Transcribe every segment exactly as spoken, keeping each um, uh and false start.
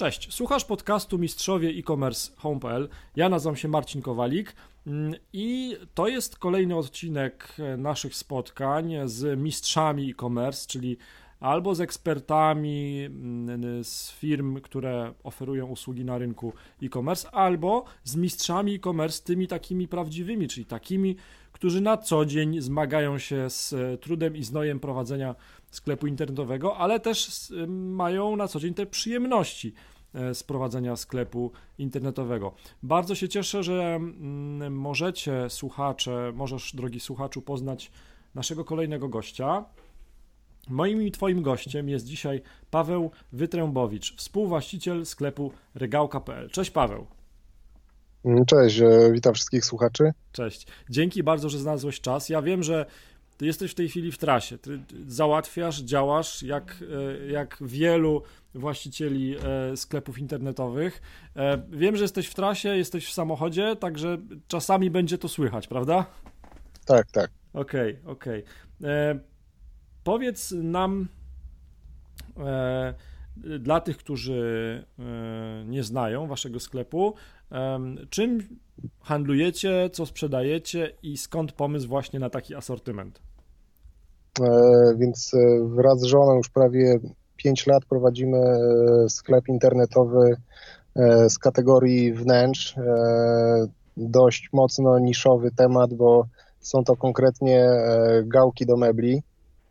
Cześć, słuchasz podcastu Mistrzowie e-commerce home kropka p l. Ja nazywam się Marcin Kowalik i to jest kolejny odcinek naszych spotkań z mistrzami e-commerce, czyli albo z ekspertami z firm, które oferują usługi na rynku e-commerce, albo z mistrzami e-commerce, tymi takimi prawdziwymi, czyli takimi, którzy na co dzień zmagają się z trudem i znojem prowadzenia sklepu internetowego, ale też mają na co dzień te przyjemności z prowadzenia sklepu internetowego. Bardzo się cieszę, że możecie, słuchacze, możesz, drogi słuchaczu, poznać naszego kolejnego gościa. Moim i twoim gościem jest dzisiaj Paweł Wytrębowicz, współwłaściciel sklepu regałka kropka p l. Cześć Paweł. Cześć, witam wszystkich słuchaczy. Cześć. Dzięki bardzo, że znalazłeś czas. Ja wiem, że ty jesteś w tej chwili w trasie. Ty załatwiasz, działasz jak, jak wielu właścicieli sklepów internetowych. Wiem, że jesteś w trasie, jesteś w samochodzie, także czasami będzie to słychać, prawda? Tak, tak. Okej, okay, okej. Okay. Powiedz nam, e, dla tych, którzy e, nie znają waszego sklepu, e, czym handlujecie, co sprzedajecie i skąd pomysł właśnie na taki asortyment? E, więc wraz z żoną już prawie pięć lat prowadzimy sklep internetowy e, z kategorii wnętrz. E, dość mocno niszowy temat, bo są to konkretnie e, gałki do mebli.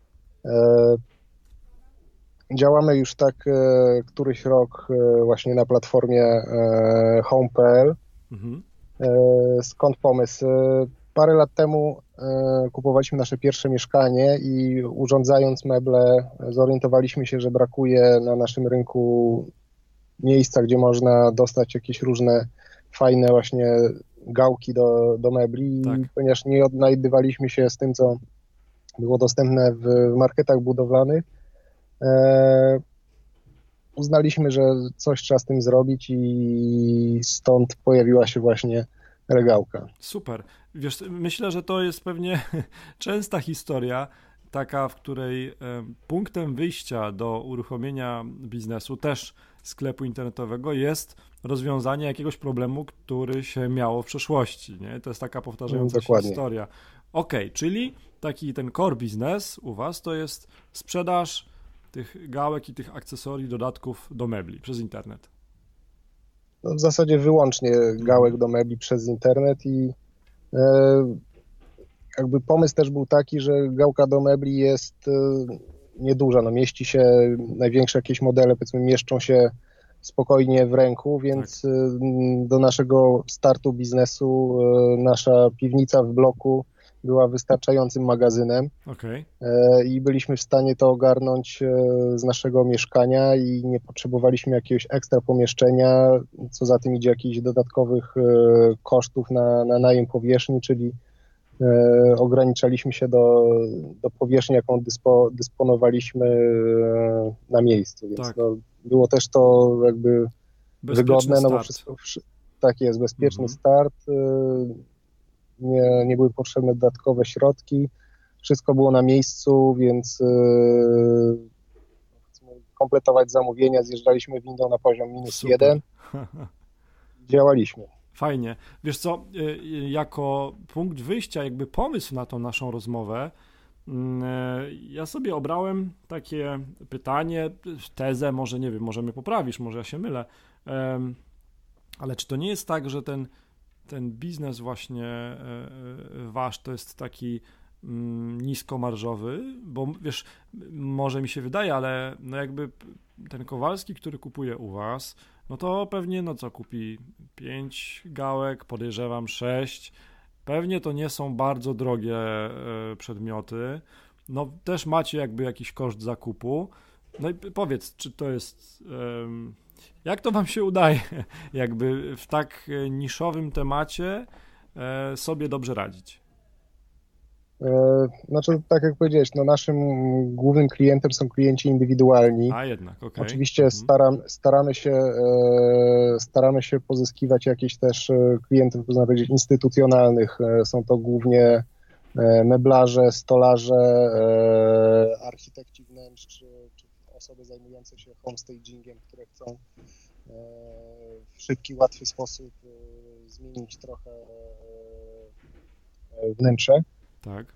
Działamy już tak któryś rok właśnie na platformie home kropka p l. Mhm. Skąd pomysł? Parę lat temu kupowaliśmy nasze pierwsze mieszkanie i urządzając meble zorientowaliśmy się, że brakuje na naszym rynku miejsca, gdzie można dostać jakieś różne fajne właśnie gałki do, do mebli. Tak. I ponieważ nie odnajdywaliśmy się z tym, co było dostępne w marketach budowlanych, e, uznaliśmy, że coś trzeba z tym zrobić i stąd pojawiła się właśnie regałka. Super. Wiesz, myślę, że to jest pewnie częsta historia, taka, w której punktem wyjścia do uruchomienia biznesu, też sklepu internetowego, jest rozwiązanie jakiegoś problemu, który się miało w przeszłości. Nie? To jest taka powtarzająca się historia. Okej, okay, czyli taki ten core biznes u was to jest sprzedaż tych gałek i tych akcesorii, dodatków do mebli przez internet. No w zasadzie wyłącznie gałek do mebli przez internet i e, jakby pomysł też był taki, że gałka do mebli jest e, nieduża, no mieści się, największe jakieś modele powiedzmy mieszczą się spokojnie w ręku, więc tak. e, do naszego startu biznesu e, nasza piwnica w bloku była wystarczającym magazynem. Okay. I byliśmy w stanie to ogarnąć z naszego mieszkania i nie potrzebowaliśmy jakiegoś ekstra pomieszczenia, co za tym idzie jakichś dodatkowych kosztów na, na najem powierzchni, czyli ograniczaliśmy się do, do powierzchni, jaką dyspo, dysponowaliśmy na miejscu, więc tak. no, było też to jakby bezpieczny wygodne, start. No bo wszystko, tak jest, bezpieczny mhm. start. Nie, nie były potrzebne dodatkowe środki, wszystko było na miejscu, więc yy, kompletować zamówienia, zjeżdżaliśmy windą na poziom minus Super. jeden, działaliśmy. Fajnie. Wiesz co, jako punkt wyjścia, jakby pomysł na tą naszą rozmowę, ja sobie obrałem takie pytanie, tezę, może nie wiem, może mnie poprawisz, może ja się mylę, ale czy to nie jest tak, że ten ten biznes właśnie wasz to jest taki niskomarżowy, bo wiesz, może mi się wydaje, ale no jakby ten Kowalski, który kupuje u was, no to pewnie no co, kupi pięć gałek, podejrzewam sześć, pewnie to nie są bardzo drogie przedmioty, no też macie jakby jakiś koszt zakupu, no i powiedz, czy to jest... Jak to wam się udaje, jakby w tak niszowym temacie sobie dobrze radzić? Znaczy, tak jak powiedziałeś, no naszym głównym klientem są klienci indywidualni. A jednak, okej. Oczywiście mhm. staram, staramy się staramy się pozyskiwać jakieś też klientów, można powiedzieć, instytucjonalnych. Są to głównie meblarze, stolarze, architekci wnętrz, czy, czy osoby zajmujące się homestagingiem, które chcą w szybki, łatwy sposób zmienić trochę wnętrze. Tak.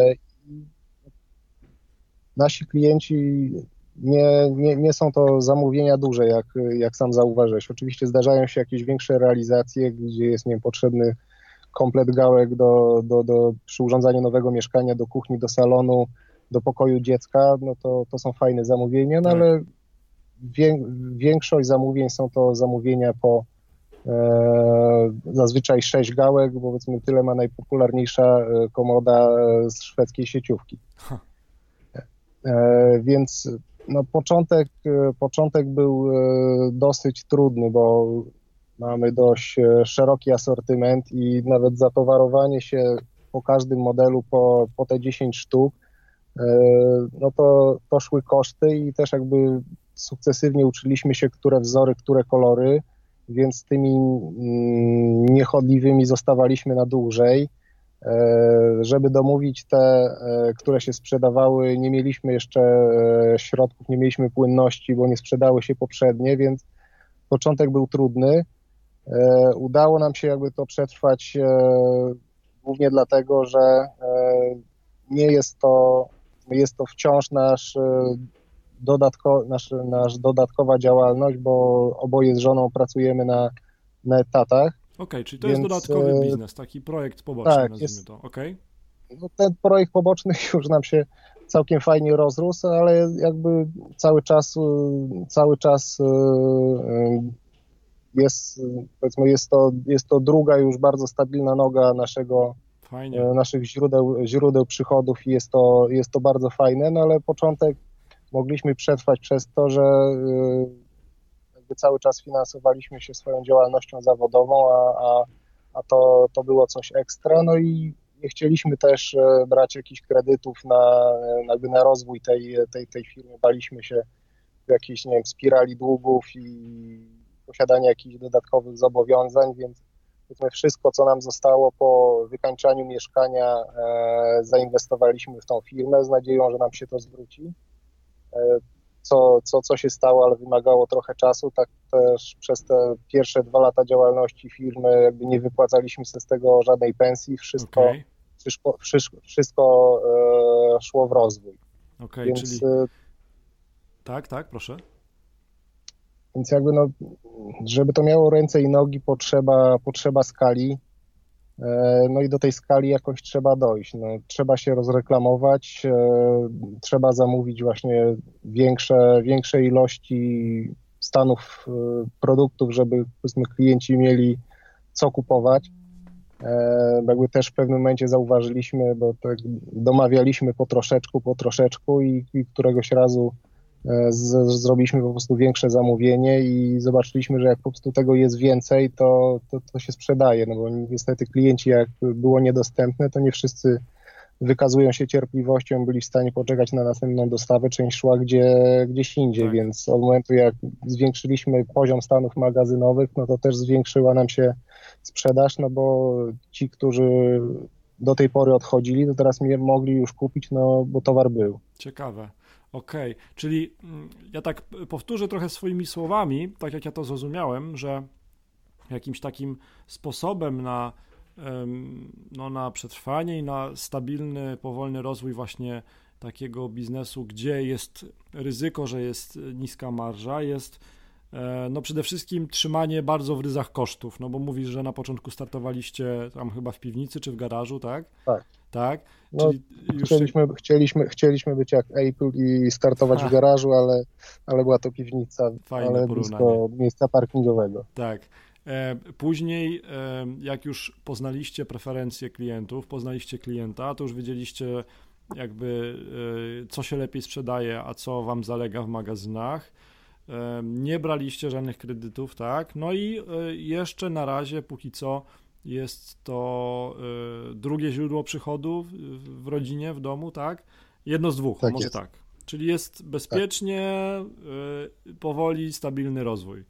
Nasi klienci nie, nie, nie są to zamówienia duże, jak, jak sam zauważyłeś. Oczywiście zdarzają się jakieś większe realizacje, gdzie jest, nie wiem, potrzebny komplet gałek do, do, do, przy urządzaniu nowego mieszkania, do kuchni, do salonu, do pokoju dziecka, no to, to są fajne zamówienia, no tak. ale wie, większość zamówień są to zamówienia po e, zazwyczaj sześć gałek, bo powiedzmy tyle ma najpopularniejsza komoda z szwedzkiej sieciówki. Huh. E, więc no, początek, początek był dosyć trudny, bo mamy dość szeroki asortyment i nawet zatowarowanie się po każdym modelu po, po te dziesięć sztuk, no to, to szły koszty i też jakby sukcesywnie uczyliśmy się, które wzory, które kolory, więc tymi niechodliwymi zostawaliśmy na dłużej. Żeby domówić te, które się sprzedawały, nie mieliśmy jeszcze środków, nie mieliśmy płynności, bo nie sprzedały się poprzednie, więc początek był trudny. Udało nam się jakby to przetrwać głównie dlatego, że nie jest to, jest to wciąż nasz, dodatko, nasz, nasz dodatkowa działalność, bo oboje z żoną pracujemy na, na etatach. Okej, okay, czyli to więc, jest dodatkowy biznes, taki projekt poboczny, tak, nazwijmy jest, to, okej? Okay? No ten projekt poboczny już nam się całkiem fajnie rozrósł, ale jakby cały czas, cały czas jest, powiedzmy, jest to, jest to druga już bardzo stabilna noga naszego, fajnie. naszych źródeł, źródeł przychodów i jest to, jest to bardzo fajne, no ale początek mogliśmy przetrwać przez to, że jakby cały czas finansowaliśmy się swoją działalnością zawodową, a, a, a to, to było coś ekstra, no i nie chcieliśmy też brać jakichś kredytów na, jakby na rozwój tej, tej, tej firmy, baliśmy się jakiejś, nie wiem, spirali długów i posiadania jakichś dodatkowych zobowiązań, więc wszystko, co nam zostało po wykańczaniu mieszkania, e, zainwestowaliśmy w tą firmę z nadzieją, że nam się to zwróci. E, co, co, co się stało, ale wymagało trochę czasu. Tak też przez te pierwsze dwa lata działalności firmy jakby nie wypłacaliśmy sobie z tego żadnej pensji. Wszystko, okay. wszystko, wszystko, wszystko e, szło w rozwój. Okej, okay, czyli... E, tak, tak, proszę. Więc jakby no, żeby to miało ręce i nogi, potrzeba, potrzeba skali, no i do tej skali jakoś trzeba dojść. No, trzeba się rozreklamować, trzeba zamówić właśnie większe, większe ilości stanów produktów, żeby powiedzmy klienci mieli co kupować. Jakby też w pewnym momencie zauważyliśmy, bo tak domawialiśmy po troszeczku, po troszeczku i, i któregoś razu Z, zrobiliśmy po prostu większe zamówienie i zobaczyliśmy, że jak po prostu tego jest więcej, to, to, to się sprzedaje, no bo niestety klienci, jak było niedostępne, to nie wszyscy wykazują się cierpliwością, byli w stanie poczekać na następną dostawę, część szła gdzie, gdzieś indziej, tak. Więc od momentu jak zwiększyliśmy poziom stanów magazynowych, no to też zwiększyła nam się sprzedaż, no bo ci, którzy do tej pory odchodzili, to teraz mogli już kupić, no bo towar był. Ciekawe. Okej, okay. Czyli ja tak powtórzę trochę swoimi słowami, tak jak ja to zrozumiałem, że jakimś takim sposobem na, no, na przetrwanie i na stabilny, powolny rozwój właśnie takiego biznesu, gdzie jest ryzyko, że jest niska marża, jest no przede wszystkim trzymanie bardzo w ryzach kosztów, no bo mówisz, że na początku startowaliście tam chyba w piwnicy czy w garażu, tak? Tak. Tak? No, Czyli już... chcieliśmy, chcieliśmy, chcieliśmy być jak Apple i startować ha. w garażu, ale, ale była to piwnica, Fajne ale porównanie. Blisko miejsca parkingowego. Tak. Później, jak już poznaliście preferencje klientów, poznaliście klienta, to już wiedzieliście jakby co się lepiej sprzedaje, a co wam zalega w magazynach. Nie braliście żadnych kredytów, tak? No i jeszcze na razie, póki co, jest to drugie źródło przychodu w rodzinie, w domu, tak? Jedno z dwóch, tak może jest. tak. Czyli jest bezpiecznie, tak. powoli, stabilny rozwój.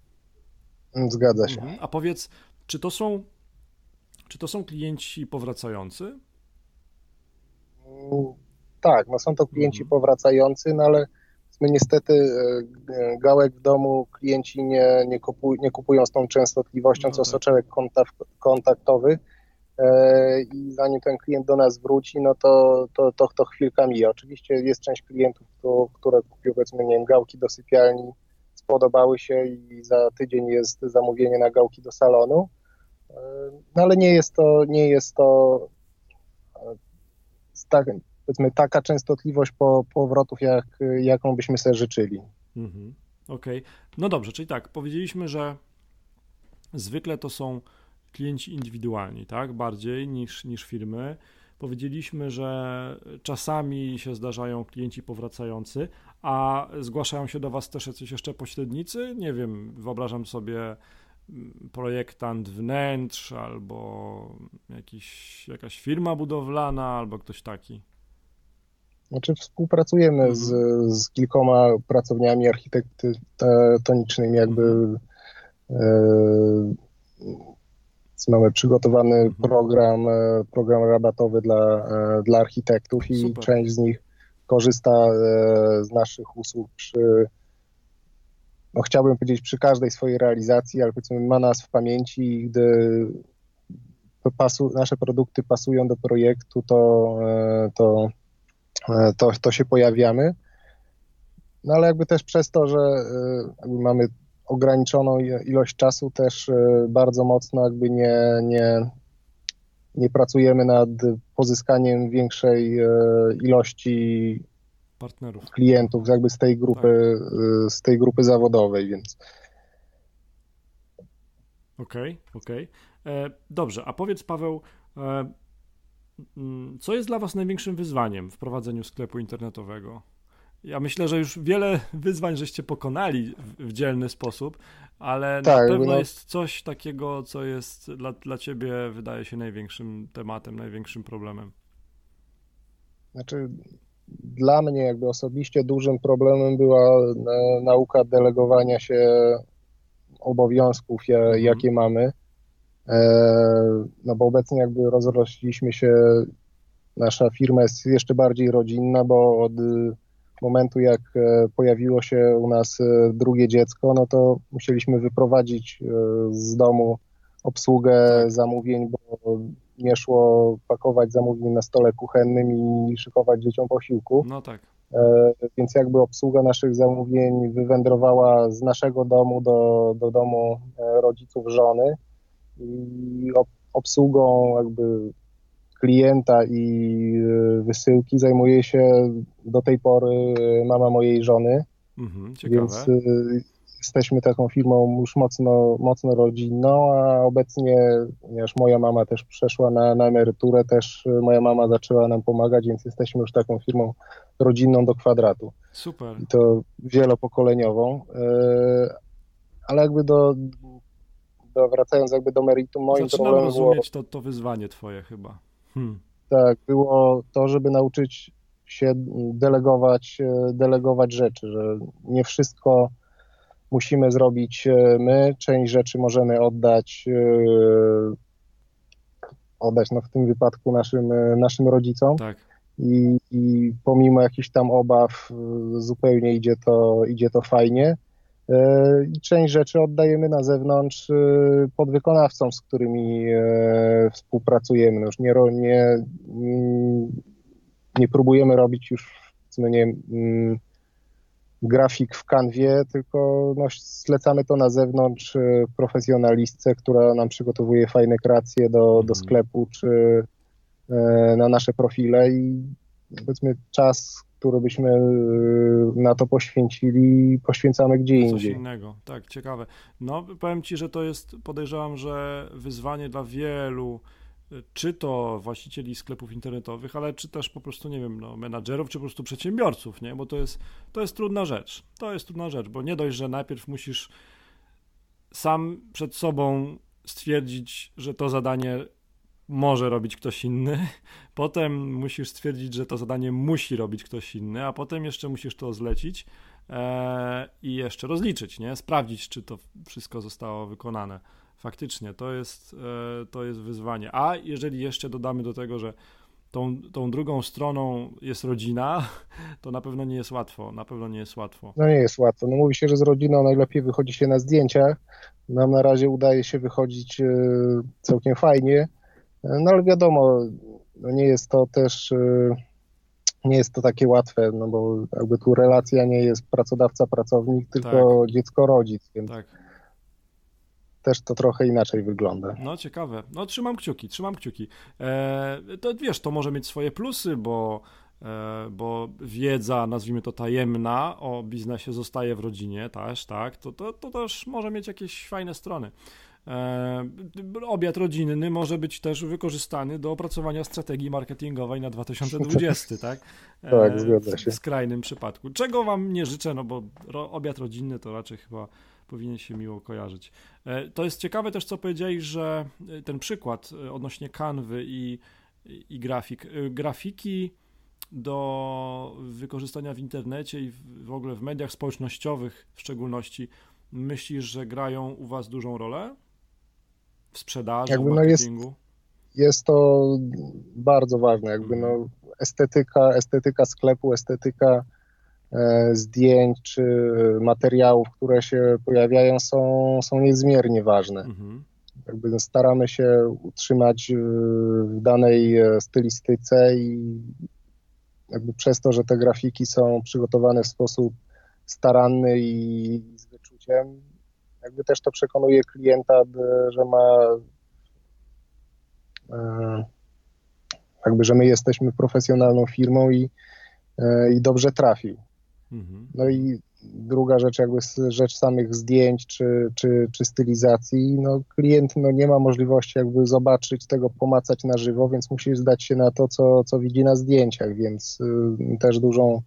Zgadza się. Mhm. A powiedz, czy to są, czy to są klienci powracający? Tak, no są to klienci mhm. powracający, no ale my niestety gałek w domu klienci nie, nie, kupuj, nie kupują z tą częstotliwością, No co tak. soczewek kontakt, kontaktowych i zanim ten klient do nas wróci, no to, to, to, to chwilka mija. Oczywiście jest część klientów, to, które kupiły, powiedzmy, nie wiem, gałki do sypialni, spodobały się i za tydzień jest zamówienie na gałki do salonu, no ale nie jest to, nie jest to tak, powiedzmy, taka częstotliwość po, powrotów, jak, jaką byśmy sobie życzyli. Mhm. Okej. Okay. No dobrze, czyli tak, powiedzieliśmy, że zwykle to są klienci indywidualni, tak, bardziej niż, niż firmy. Powiedzieliśmy, że czasami się zdarzają klienci powracający, a zgłaszają się do Was też jacyś jeszcze pośrednicy? Nie wiem, wyobrażam sobie projektant wnętrz albo jakiś, jakaś firma budowlana albo ktoś taki. Znaczy współpracujemy mhm. z, z kilkoma pracowniami architektonicznymi, jakby mhm. e, mamy przygotowany mhm. program, program rabatowy dla, dla architektów i Super. Część z nich korzysta z naszych usług przy, no chciałbym powiedzieć, przy każdej swojej realizacji, ale powiedzmy ma nas w pamięci i gdy pasu, nasze produkty pasują do projektu, to, to, to, to się pojawiamy. No ale jakby też przez to, że jakby mamy ograniczoną ilość czasu, też bardzo mocno jakby nie, nie, nie pracujemy nad pozyskaniem większej ilości partnerów, klientów jakby z tej grupy, tak. z tej grupy zawodowej, więc. Okej, okay, okej. Okay. Dobrze, a powiedz, Paweł, e, co jest dla Was największym wyzwaniem w prowadzeniu sklepu internetowego? Ja myślę, że już wiele wyzwań żeście pokonali w, w dzielny sposób, ale tak, na pewno no... jest coś takiego, co jest dla, dla Ciebie, wydaje się, największym tematem, największym problemem. Znaczy, dla mnie jakby osobiście dużym problemem była nauka delegowania się obowiązków, mhm. jakie mamy, no bo obecnie jakby rozrośliśmy się, nasza firma jest jeszcze bardziej rodzinna, bo od momentu, jak pojawiło się u nas drugie dziecko, no to musieliśmy wyprowadzić z domu obsługę tak. zamówień, bo nie szło pakować zamówień na stole kuchennym i szykować dzieciom posiłku. No tak. Więc jakby obsługa naszych zamówień wywędrowała z naszego domu do, do domu rodziców żony i obsługą jakby klienta i wysyłki zajmuje się do tej pory mama mojej żony, mhm, ciekawe. Więc jesteśmy taką firmą już mocno, mocno rodzinną, a obecnie, ponieważ moja mama też przeszła na, na emeryturę, też moja mama zaczęła nam pomagać, więc jesteśmy już taką firmą rodzinną do kwadratu. Super. I to wielopokoleniową, ale jakby do, do wracając jakby do meritum, moim Zaczynam problemem rozumieć było, to, to wyzwanie twoje chyba. Hmm. Tak, było to, żeby nauczyć się delegować, delegować rzeczy, że nie wszystko musimy zrobić my, część rzeczy możemy oddać, oddać no w tym wypadku naszym, naszym rodzicom. Tak. I, i pomimo jakichś tam obaw zupełnie idzie to, idzie to fajnie. I część rzeczy oddajemy na zewnątrz podwykonawcom, z którymi współpracujemy. No już nie, nie, nie próbujemy robić już, no nie wiem, grafik w kanwie, tylko no, zlecamy to na zewnątrz profesjonalistce, która nam przygotowuje fajne kreacje do, mm. do sklepu czy na nasze profile i powiedzmy czas, który byśmy na to poświęcili, poświęcamy gdzie Coś indziej. Coś innego, tak, ciekawe. No powiem Ci, że to jest, podejrzewam, że wyzwanie dla wielu, czy to właścicieli sklepów internetowych, ale czy też po prostu, nie wiem, no, menadżerów, czy po prostu przedsiębiorców, nie? Bo to jest, to jest trudna rzecz. To jest trudna rzecz, bo nie dość, że najpierw musisz sam przed sobą stwierdzić, że to zadanie może robić ktoś inny, potem musisz stwierdzić, że to zadanie musi robić ktoś inny, a potem jeszcze musisz to zlecić e, i jeszcze rozliczyć, nie? Sprawdzić, czy to wszystko zostało wykonane. Faktycznie, to jest, e, to jest wyzwanie. A jeżeli jeszcze dodamy do tego, że tą, tą drugą stroną jest rodzina, to na pewno nie jest łatwo, na pewno nie jest łatwo. No nie jest łatwo. No mówi się, że z rodziną najlepiej wychodzi się na zdjęciach. Nam na razie udaje się wychodzić e, całkiem fajnie, e, no ale wiadomo, no nie jest to też, e, nie jest to takie łatwe, no bo jakby tu relacja nie jest pracodawca-pracownik, tylko Tak. dziecko-rodzic, więc Tak. też to trochę inaczej wygląda. No ciekawe. No trzymam kciuki, trzymam kciuki. E, to wiesz, to może mieć swoje plusy, bo, e, bo wiedza, nazwijmy to tajemna, o biznesie zostaje w rodzinie też, tak? To, to, to też może mieć jakieś fajne strony. E, obiad rodzinny może być też wykorzystany do opracowania strategii marketingowej na dwa tysiące dwudziesty, tak? E, Tak, zgadza się. W skrajnym przypadku. Czego wam nie życzę, no bo ro, obiad rodzinny to raczej chyba powinien się miło kojarzyć. To jest ciekawe też, co powiedziałeś, że ten przykład odnośnie kanwy i, i grafik. Grafiki do wykorzystania w internecie i w ogóle w mediach społecznościowych w szczególności, myślisz, że grają u was dużą rolę? W sprzedaży, Jakby w no jest, marketingu? jest to bardzo ważne, jakby Mhm. no estetyka, estetyka sklepu, estetyka zdjęć czy materiałów, które się pojawiają, są, są niezmiernie ważne. Mhm. Jakby staramy się utrzymać w danej stylistyce i jakby przez to, że te grafiki są przygotowane w sposób staranny i z wyczuciem, jakby też to przekonuje klienta, że ma jakby, że my jesteśmy profesjonalną firmą i, i dobrze trafił. No i druga rzecz, jakby rzecz samych zdjęć czy, czy, czy stylizacji, no klient no nie ma możliwości jakby zobaczyć tego, pomacać na żywo, więc musi zdać się na to, co, co widzi na zdjęciach, więc y, też dużą,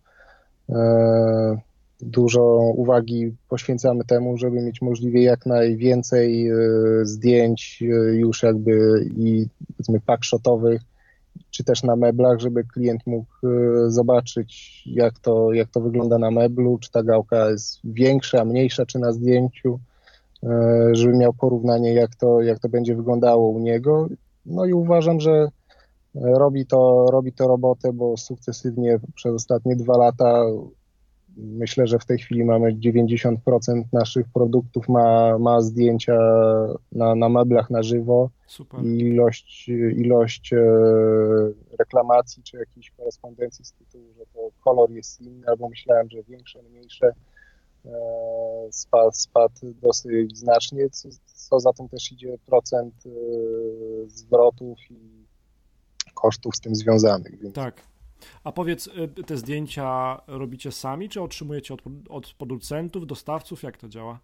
e, dużo uwagi poświęcamy temu, żeby mieć możliwie jak najwięcej y, zdjęć y, już jakby i powiedzmy packshotowych, czy też na meblach, żeby klient mógł zobaczyć, jak to, jak to wygląda na meblu, czy ta gałka jest większa, mniejsza, czy na zdjęciu, żeby miał porównanie, jak to, jak to będzie wyglądało u niego. No i uważam, że robi to, robi to robotę, bo sukcesywnie przez ostatnie dwa lata myślę, że w tej chwili mamy dziewięćdziesiąt procent naszych produktów ma, ma zdjęcia na, na meblach na żywo. Super. I ilość, ilość e, reklamacji czy jakiejś korespondencji z tytułu, że to kolor jest inny, albo myślałem, że większe, mniejsze, e, spadł, spadł dosyć znacznie, co, co za tym też idzie procent e, zwrotów i kosztów z tym związanych. Więc... Tak. A powiedz, te zdjęcia robicie sami, czy otrzymujecie od, od producentów, dostawców? Jak to działa?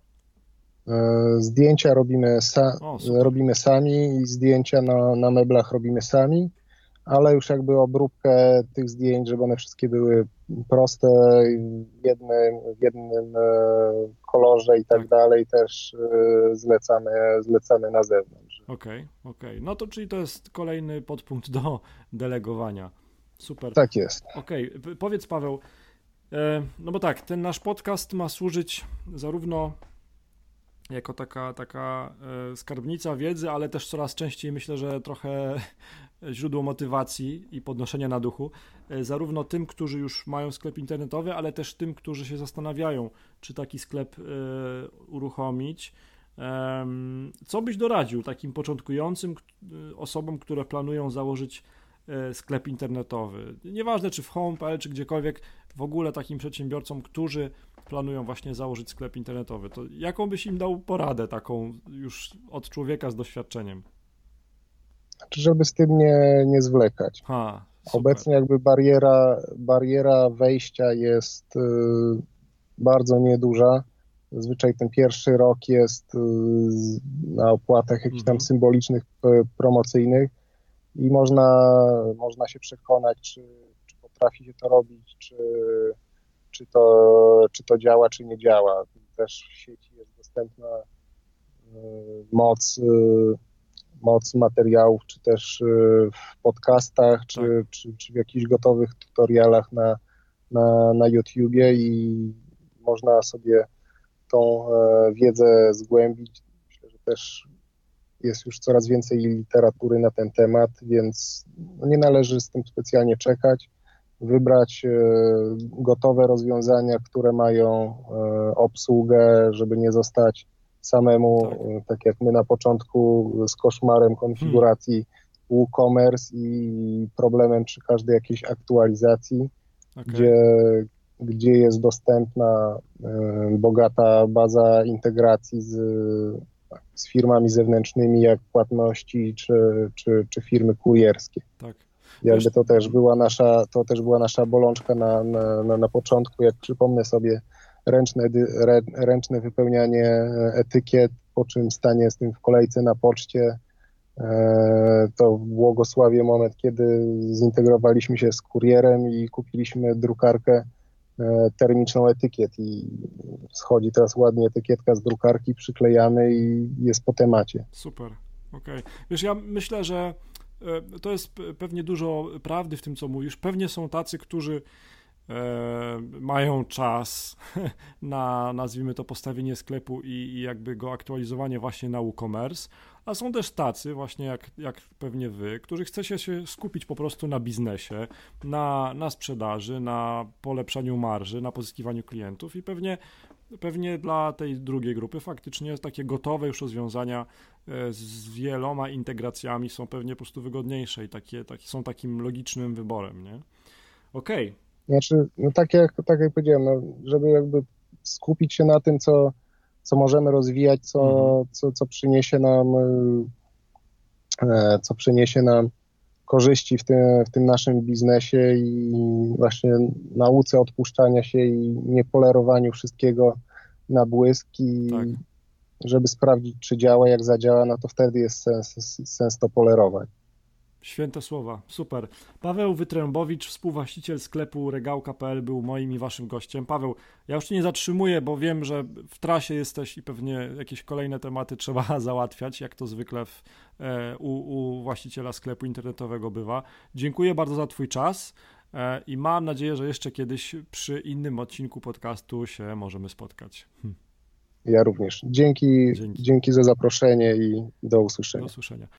Zdjęcia robimy, sa- o, robimy sami i zdjęcia na, na meblach robimy sami, ale już jakby obróbkę tych zdjęć, żeby one wszystkie były proste, w jednym, w jednym kolorze i tak, tak dalej, też zlecamy, zlecamy na zewnątrz. Okej, okay, okej. Okay. No to czyli to jest kolejny podpunkt do delegowania. Super. Tak jest. Okej, okay. Powiedz Paweł, no bo tak, ten nasz podcast ma służyć zarówno jako taka, taka skarbnica wiedzy, ale też coraz częściej myślę, że trochę źródło motywacji i podnoszenia na duchu, zarówno tym, którzy już mają sklep internetowy, ale też tym, którzy się zastanawiają, czy taki sklep uruchomić. Co byś doradził takim początkującym osobom, które planują założyć sklep internetowy? Nieważne, czy w home kropka p l, czy gdziekolwiek, w ogóle takim przedsiębiorcom, którzy planują właśnie założyć sklep internetowy, to jaką byś im dał poradę taką już od człowieka z doświadczeniem? Żeby z tym nie, nie zwlekać. Ha, Obecnie jakby bariera, bariera wejścia jest y, bardzo nieduża. Zazwyczaj ten pierwszy rok jest y, na opłatach jakichś tam mhm. symbolicznych, y, promocyjnych i można, można się przekonać, czy, czy potrafi się to robić, czy Czy to, czy to działa, czy nie działa. Też w sieci jest dostępna moc, moc materiałów, czy też w podcastach, czy, tak. czy, czy w jakichś gotowych tutorialach na, na, na YouTubie i można sobie tą wiedzę zgłębić. Myślę, że też jest już coraz więcej literatury na ten temat, więc nie należy z tym specjalnie czekać. Wybrać gotowe rozwiązania, które mają obsługę, żeby nie zostać samemu, tak, tak jak my na początku, z koszmarem konfiguracji hmm. WooCommerce i problemem przy każdej jakiejś aktualizacji, okay. gdzie, gdzie jest dostępna bogata baza integracji z, z firmami zewnętrznymi, jak płatności czy, czy, czy firmy kurierskie. Tak. Jakby to też była nasza, to też była nasza bolączka na, na, na, na początku, jak przypomnę sobie ręczne, re, ręczne wypełnianie etykiet, po czym stanie z tym w kolejce na poczcie, e, to błogosławię moment, kiedy zintegrowaliśmy się z kurierem i kupiliśmy drukarkę e, termiczną etykiet i schodzi teraz ładnie etykietka z drukarki, przyklejamy i jest po temacie. Super, okej. Okay. Wiesz, ja myślę, że to jest pewnie dużo prawdy w tym, co mówisz. Pewnie są tacy, którzy e, mają czas na, nazwijmy to, postawienie sklepu i, i jakby go aktualizowanie właśnie na WooCommerce, a są też tacy właśnie jak, jak pewnie wy, którzy chcecie się skupić po prostu na biznesie, na, na sprzedaży, na polepszaniu marży, na pozyskiwaniu klientów i pewnie Pewnie dla tej drugiej grupy faktycznie takie gotowe już rozwiązania z wieloma integracjami są pewnie po prostu wygodniejsze i takie, takie są takim logicznym wyborem, nie? Okej. Okay. Znaczy, no tak jak, tak jak powiedziałem, no, żeby jakby skupić się na tym, co, co możemy rozwijać, co, mhm. co, co przyniesie nam co przyniesie nam korzyści w tym, w tym naszym biznesie i właśnie nauce odpuszczania się i niepolerowaniu wszystkiego na błysk i tak. żeby sprawdzić, czy działa, jak zadziała, no to wtedy jest sens, sens to polerować. Święte słowa, super. Paweł Wytrębowicz, współwłaściciel sklepu regałka kropka pe el był moim i waszym gościem. Paweł, ja już cię nie zatrzymuję, bo wiem, że w trasie jesteś i pewnie jakieś kolejne tematy trzeba załatwiać, jak to zwykle w, e, u, u właściciela sklepu internetowego bywa. Dziękuję bardzo za twój czas e, i mam nadzieję, że jeszcze kiedyś przy innym odcinku podcastu się możemy spotkać. Hm. Ja również. Dzięki, dzięki. Dzięki za zaproszenie i do usłyszenia. Do usłyszenia.